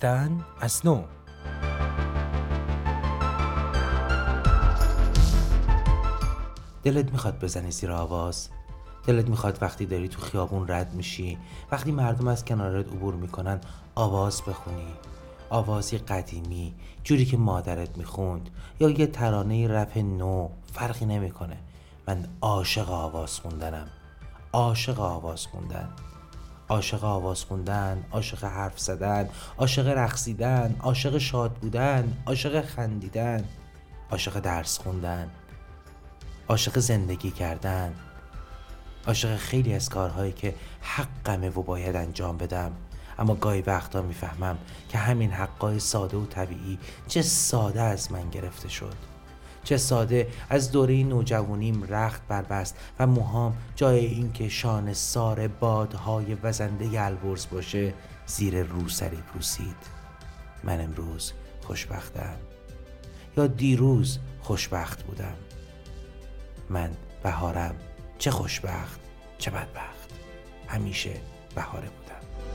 زیستن از نو. دلت میخواد بزنی زیر آواز؟ دلت میخواد وقتی داری تو خیابون رد میشی، وقتی مردم از کنارت عبور میکنن، آواز بخونی؟ آوازی قدیمی، جوری که مادرت میخوند، یا یه ترانه رپ نو، فرقی نمیکنه. من عاشق آواز خوندنم. عاشق آواز خوندن. عاشق آواز خوندن، عاشق حرف زدن، عاشق رقصیدن، عاشق شاد بودن، عاشق خندیدن، عاشق درس خوندن، عاشق زندگی کردن، عاشق خیلی از کارهایی که حقمه و باید انجام بدم. اما گاهی وقتا میفهمم که همین حقای ساده و طبیعی چه ساده از من گرفته شد. چه ساده از دوره نوجوانیم رخت بربست و موهام جای این که شانه سار بادهای وزنده البرز باشه زیر روسری پوسید. من امروز خوشبختم، یا دیروز خوشبخت بودم. من بهارم، چه خوشبخت چه بدبخت، همیشه بهاره بودم.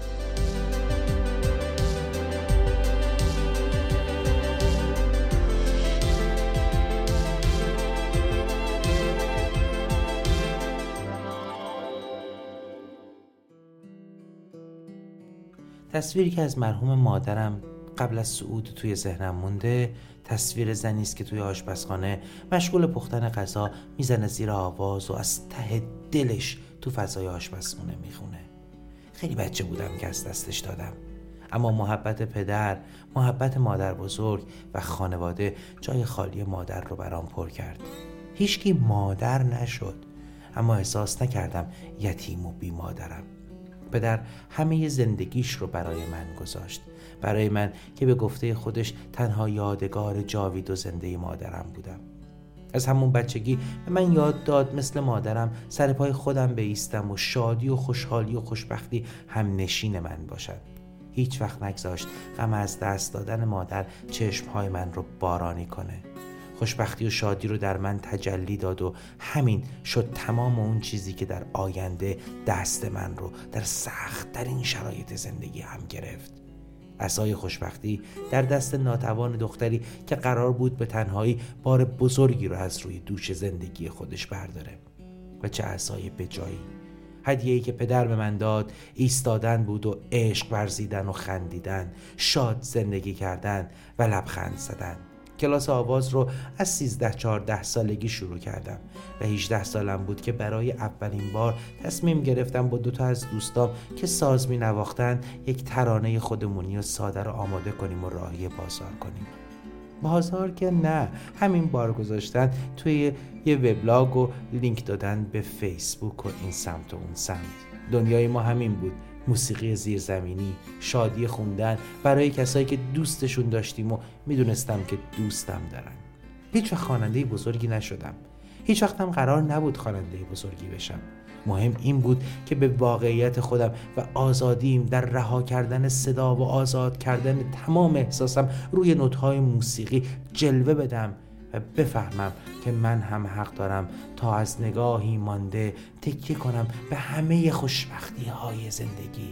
تصویری که از مرحوم مادرم قبل از صعود توی ذهنم مونده، تصویر زنی است که توی آشپزخانه مشغول پختن غذا میزنه زیر آواز و از ته دلش تو فضای آشپزخونه میخونه. خیلی بچه بودم که از دستش دادم، اما محبت پدر، محبت مادر بزرگ و خانواده جای خالی مادر رو برام پر کرد. هیچکی مادر نشد، اما احساس نکردم یتیم و بی مادرم. پدر همه زندگیش رو برای من گذاشت، برای من که به گفته خودش تنها یادگار جاوید و زنده مادرم بودم. از همون بچگی به من یاد داد مثل مادرم سر پای خودم بایستم و شادی و خوشحالی و خوشبختی هم نشین من باشد. هیچ وقت نگذاشت غم از دست دادن مادر چشمهای من رو بارانی کنه. خوشبختی و شادی رو در من تجلی داد و همین شد تمام اون چیزی که در آینده دست من رو در سخت‌ترین شرایط زندگی هم گرفت. عصای خوشبختی در دست ناتوان دختری که قرار بود به تنهایی بار بزرگی رو از روی دوش زندگی خودش برداره. و چه عصای بجایی. هدیه‌ای که پدر به من داد ایستادن بود و عشق ورزیدن و خندیدن، شاد زندگی کردن و لبخند زدن. کلاس آواز رو از 13-14 سالگی شروع کردم و 18 سالم بود که برای اولین بار تصمیم گرفتم با 2 از دوستام که ساز می نواختن یک ترانه خودمونی و ساده رو آماده کنیم و راهی بازار کنیم. بازار که نه، همین بار گذاشتن توی یه وبلاگ و لینک دادن به فیسبوک و این سمت و اون سمت. دنیای ما همین بود، موسیقی زیرزمینی، شادی خوندن برای کسایی که دوستشون داشتیم و میدونستم که دوستم دارن. هیچ وقت خواننده بزرگی نشدم، هیچ وقت هم قرار نبود خواننده بزرگی بشم. مهم این بود که به واقعیت خودم و آزادیم در رها کردن صدا و آزاد کردن تمام احساسم روی نوت‌های موسیقی جلوه بدم و بفهمم که من هم حق دارم تا از نگاهی مانده تکیه کنم به همه خوشبختی‌های زندگی.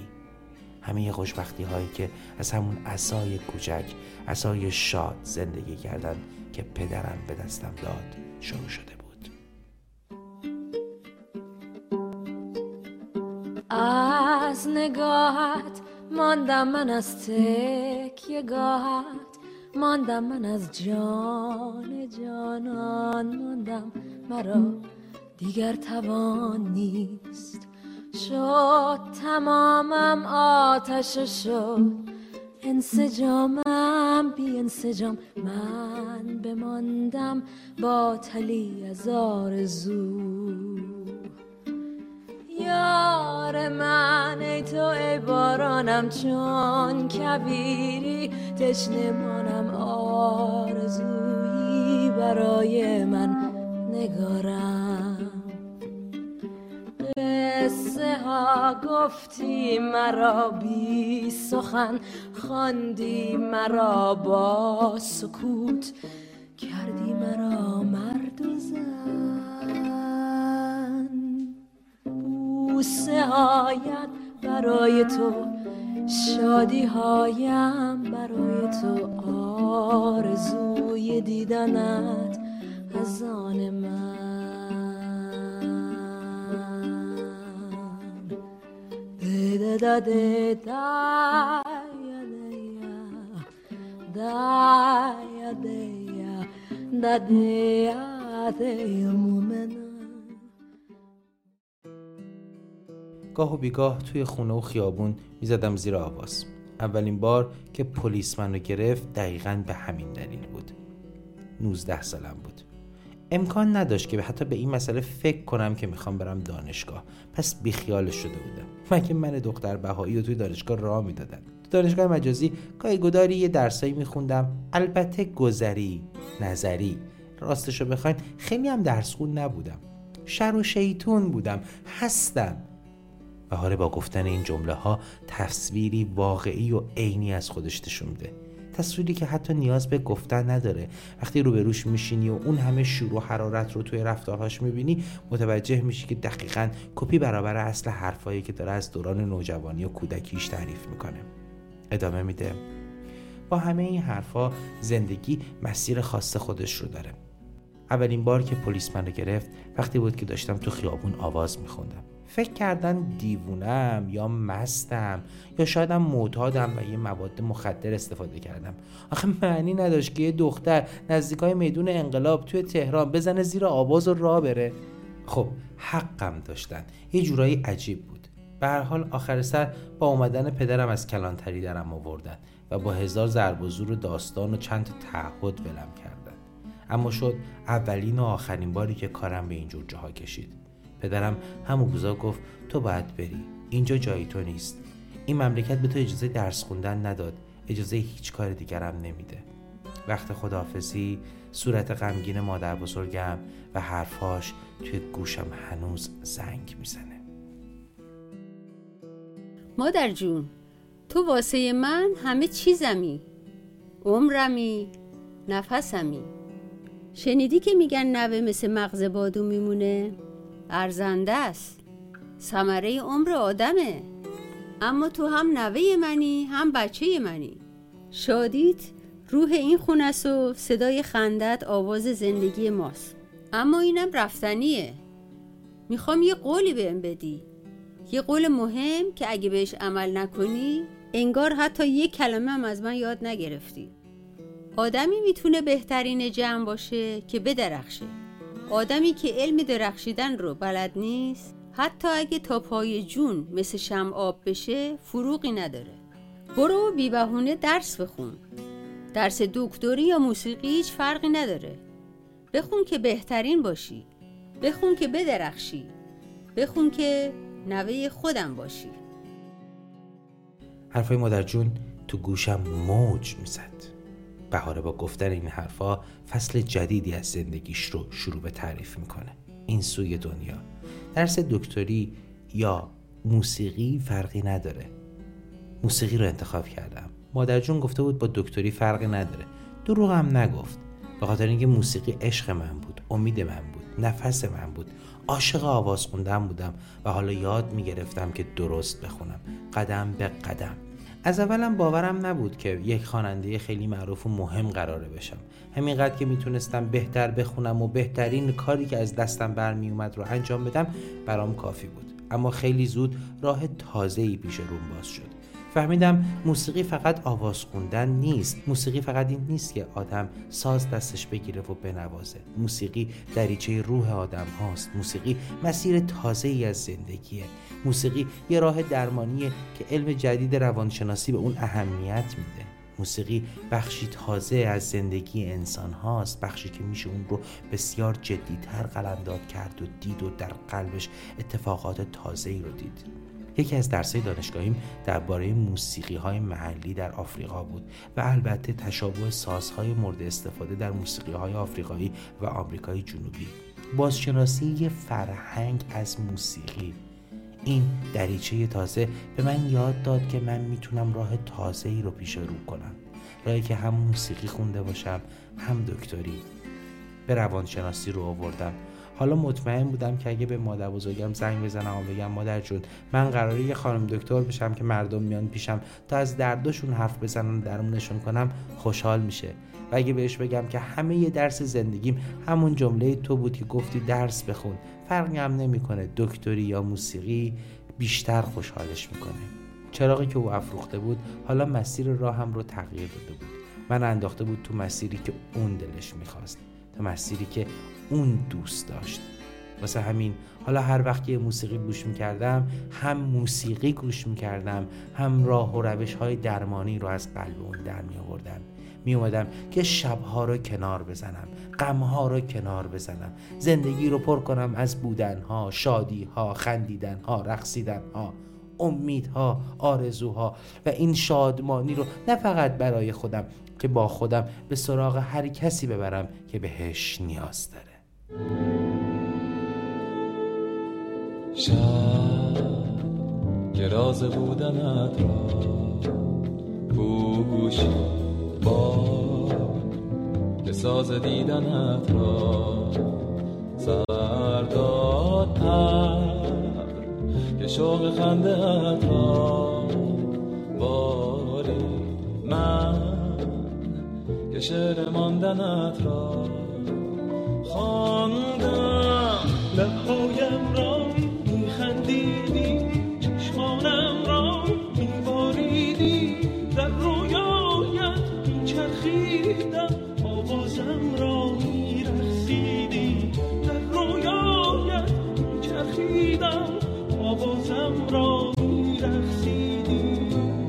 همه خوشبختی‌هایی که از همون عصای کوچک، عصای شاد زندگی کردن که پدرم به دستم داد شروع شده بود. از نگاهت ماندم من، از تکیه‌گاهت ماندم من، از جان جانان ماندم مرا دیگر توان نیست. شد تمامم آتش شد انسجامم بی انسجام، من بماندم با تلی از آرزو. یار من ای تو ای بارانم، چون کبیری تشنه مانم، آرزویی برای من نگارم. قصه ها گفتی مرا بی سخن، خواندی مرا با سکوت، کردی مرا مرد و زن. بوسه هایت برای تو شادی هایم برای تو آرزوی دیدنت از آن من. da da da da گاه و بیگاه توی خونه و خیابون میزدم زیر آواز. اولین بار که پلیس منو گرفت دقیقاً به همین دلیل بود. 19 سالم بود. امکان نداشت که حتی به این مسئله فکر کنم که میخوام برم دانشگاه، پس بیخیالش شده بودم. مگه من دختر بهایی رو توی دانشگاه راه میدادن؟ تو دانشگاه مجازی گاهی گداری یه درسایی میخوندم، البته گذری، نظری. راستشو بخواین خیلی هم درس خون نبودم، شر و شیطون بودم، هستم. بهاره با گفتن این جمله ها تصویری واقعی و عینی از خودش نشون میده، تصویری که حتی نیاز به گفتن نداره. وقتی روبروش میشینی و اون همه شور و حرارت رو توی رفتارهاش میبینی متوجه میشی که دقیقاً کپی برابر اصل حرفایی که داره از دوران نوجوانی و کودکیش تعریف میکنه. ادامه میده: با همه این حرفا زندگی مسیر خاص خودش رو داره. اولین بار که پلیس منو گرفت وقتی بود که داشتم تو خیابون آواز میخوندم. فکر کردن دیوونم یا مستم یا شایدم معتادم و یه مواد مخدر استفاده کردم. آخه معنی نداشت که یه دختر نزدیکای میدون انقلاب توی تهران بزنه زیر آواز و راه بره. خب حقم داشتن، یه جورایی عجیب بود. به هر حال آخر سر با اومدن پدرم از کلانتری درم آوردن و با 1000 ضرب و زور و داستان و چند تا تعهد ولم کردن. اما شد اولین و آخرین باری که کارم به اینجور جاها کشید. پدرم همون روزا گفت تو باید بری، اینجا جای تو نیست. این مملکت به تو اجازه درس خوندن نداد، اجازه هیچ کار دیگرم نمیده. وقت خداحافظی صورت غمگین مادر بزرگم و حرفاش توی گوشم هنوز زنگ میزنه. مادر جون، تو واسه من همه چیزمی، عمرمی، نفسمی. شنیدی که میگن نوه مثل مغز بادو میمونه؟ ارزنده است، ثمره عمر آدمه. اما تو هم نوه منی هم بچه منی. شادیت روح این خونه است و صدای خندت آواز زندگی ماست. اما اینم رفتنیه. میخوام یه قولی بهم بدی، یه قول مهم که اگه بهش عمل نکنی انگار حتی یه کلمه هم از من یاد نگرفتی. آدمی میتونه بهترین جمع باشه که بدرخشه. آدمی که علم درخشیدن رو بلد نیست حتی اگه تا پای جون مثل شمع آب بشه فروغی نداره. برو بی بهونه درس بخون. درس دکتری یا موسیقی هیچ فرقی نداره. بخون که بهترین باشی، بخون که بدرخشی، بخون که نوه خودم باشی. حرفای مادر جون تو گوشم موج میزد. بهاره با گفتن این حرفا فصل جدیدی از زندگیش رو شروع به تعریف میکنه. این سوی دنیا درس دکتری یا موسیقی فرقی نداره. موسیقی رو انتخاب کردم. مادر جون گفته بود با دکتری فرقی نداره. دروغ هم نگفت، به خاطر اینکه موسیقی عشق من بود، امید من بود، نفس من بود. عاشق آواز خوندن بودم و حالا یاد میگرفتم که درست بخونم، قدم به قدم. از اولم باورم نبود که یک خواننده خیلی معروف و مهم قراره بشم. همینقدر که میتونستم بهتر بخونم و بهترین کاری که از دستم برمی اومد رو انجام بدم برام کافی بود. اما خیلی زود راه تازه‌ای پیش روم باز شد. فهمیدم موسیقی فقط آواز خوندن نیست. موسیقی فقط این نیست که آدم ساز دستش بگیره و بنوازه. موسیقی دریچه روح آدم هاست. موسیقی مسیر تازه‌ای از زندگیه. موسیقی یه راه درمانیه که علم جدید روانشناسی به اون اهمیت میده. موسیقی بخشی تازه از زندگی انسان هاست، بخشی که میشه اون رو بسیار جدی‌تر قلمداد کرد و دید و در قلبش اتفاقات تازه‌ای رو دید. یکی از درس‌های دانشگاهیم درباره موسیقی‌های محلی در آفریقا بود و البته تشابه سازهای مورد استفاده در موسیقی‌های آفریقایی و آمریکای جنوبی. بازشناسی یه فرهنگ از موسیقی. این دریچه تازه به من یاد داد که من میتونم راه تازه‌ای رو پیش رو کنم، راهی که هم موسیقی خونده باشم هم دکتری. به روانشناسی رو آوردم. حالا مطمئن بودم که اگه به مادر بزرگم زنگ بزنم و بگم مادر جون من قراره یه خانم دکتر بشم که مردم میان پیشم تا از دردشون حرف بزنن و درمونشون کنم، خوشحال میشه. و اگه بهش بگم که همه یه درس زندگیم همون جمله تو بود که گفتی درس بخون، فرقی هم نمیکنه دکتری یا موسیقی، بیشتر خوشحالش میکنه. چراغی که او افروخته بود حالا مسیر راهم رو تغییر داده بود. من انداخته بود تو مسیری که اون دلش میخواست، تو مسیری که اون دوست داشت. واسه همین حالا هر وقت یه موسیقی گوش میکردم، هم موسیقی گوش میکردم، هم راه و روش های درمانی رو از قلب اون در میآوردم. میومدم که شبها رو کنار بزنم، غمها رو کنار بزنم، زندگی رو پر کنم از بودنها، شادیها، خندیدنها، رقصیدنها، امیدها، آرزوها و این شادمانی رو نه فقط برای خودم که با خودم به سراغ هر کسی ببرم که بهش نیاز داره. شب که راز بودنت را پوشی، که ساز دیدنت را سرداد پر، که شوق خنده‌ات را باری، من که شعر ماندنت را خواندم. لبهایم را میخندیدی، چشمانم را میباریدی، در رویایت میچرخیدم، آوازم را میرقصیدی، در رویایت میچرخیدم، آوازم را میرقصیدی.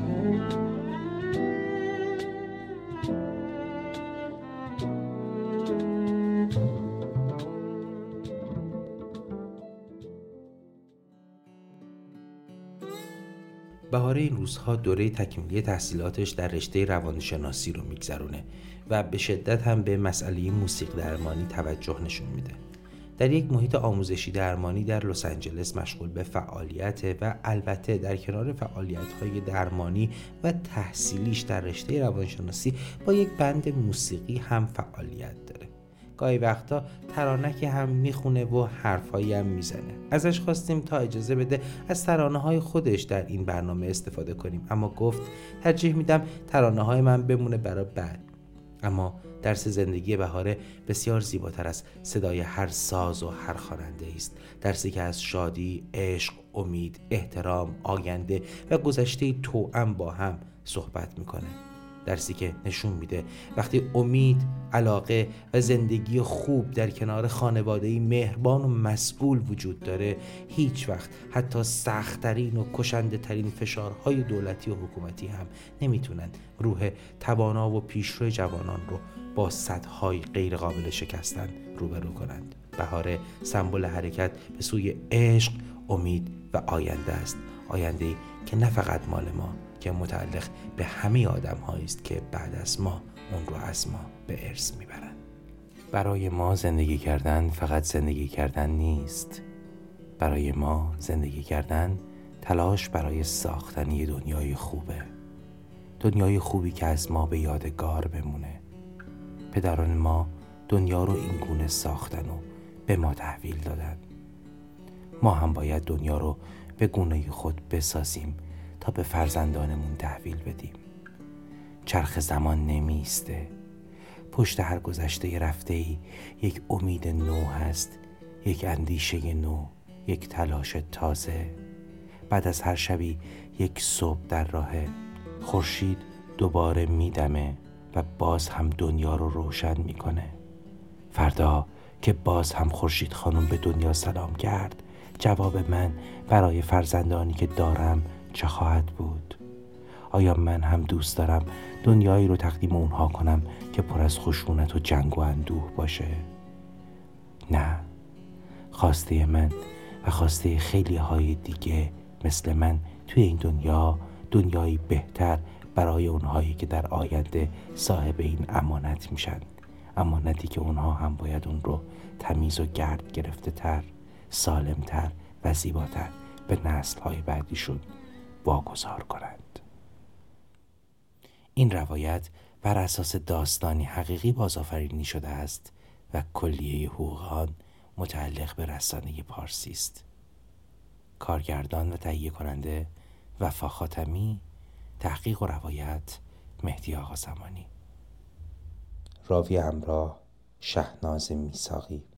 بهاره این روزها دوره تکمیلی تحصیلاتش در رشته روانشناسی رو میگذرونه و به شدت هم به مسئله موسیقی درمانی توجه نشون میده. در یک محیط آموزشی درمانی در لس آنجلس مشغول به فعالیت و البته در کنار فعالیت‌های درمانی و تحصیلیش در رشته روانشناسی با یک بند موسیقی هم فعالیت داره. گاهی وقتا ترانه‌ای هم میخونه و حرفایی هم میزنه. ازش خواستیم تا اجازه بده از ترانه‌های خودش در این برنامه استفاده کنیم، اما گفت ترجیح میدم ترانه‌های من بمونه برای بعد. اما درس زندگی بهاره بسیار زیباتر از صدای هر ساز و هر خواننده است. درسی که از شادی، عشق، امید، احترام، آینده و گذشته توأم با هم صحبت میکنه. درسی که نشون میده وقتی امید، علاقه و زندگی خوب در کنار خانواده‌ای مهربان و مسئول وجود داره، هیچ وقت حتی سخت‌ترین و کشنده ترین فشارهای دولتی و حکومتی هم نمیتونن روح توانا و پیشرو جوانان رو با سدهای غیر قابل شکستن روبرو کنند. بهاره سمبل حرکت به سوی عشق، امید و آینده است. آینده‌ای که نه فقط مال ما، که متعلق به همه آدم‌هایی است که بعد از ما اون رو از ما به ارث میبرن. برای ما زندگی کردن فقط زندگی کردن نیست. برای ما زندگی کردن تلاش برای ساختن یه دنیای خوبه. دنیای خوبی که از ما به یادگار بمونه. پدران ما دنیا رو این گونه ساختن و به ما تحویل دادن. ما هم باید دنیا رو به گونه خود بسازیم تا به فرزندانمون تحویل بدیم. چرخ زمان نمیسته. پشت هر گذشته رفته‌ای یک امید نو هست، یک اندیشه نو، یک تلاش تازه. بعد از هر شبی یک صبح در راهه. خورشید دوباره میدمه و باز هم دنیا رو روشن میکنه. فردا که باز هم خورشید خانم به دنیا سلام کرد، جواب من برای فرزندانی که دارم چه خواهد بود؟ آیا من هم دوست دارم دنیایی رو تقدیم اونها کنم که پر از خشونت و جنگ و اندوه باشه؟ نه. خواسته من و خواسته خیلی های دیگه مثل من توی این دنیا، دنیایی بهتر برای اونهایی که در آینده صاحب این امانت میشن. امانتی که اونها هم باید اون رو تمیز و گرد گرفته تر، سالم تر و زیباتر به نسل های بعدیشون واگذار کنند. این روایت بر اساس داستانی حقیقی بازآفرینی شده است و کلیه حقوق آن متعلق به رسانه پارسی است. کارگردان و تهیه کننده وفا خاتمی، تحقیق و روایت مهدی آقازمانی. راوی همراه شهناز میثاقی.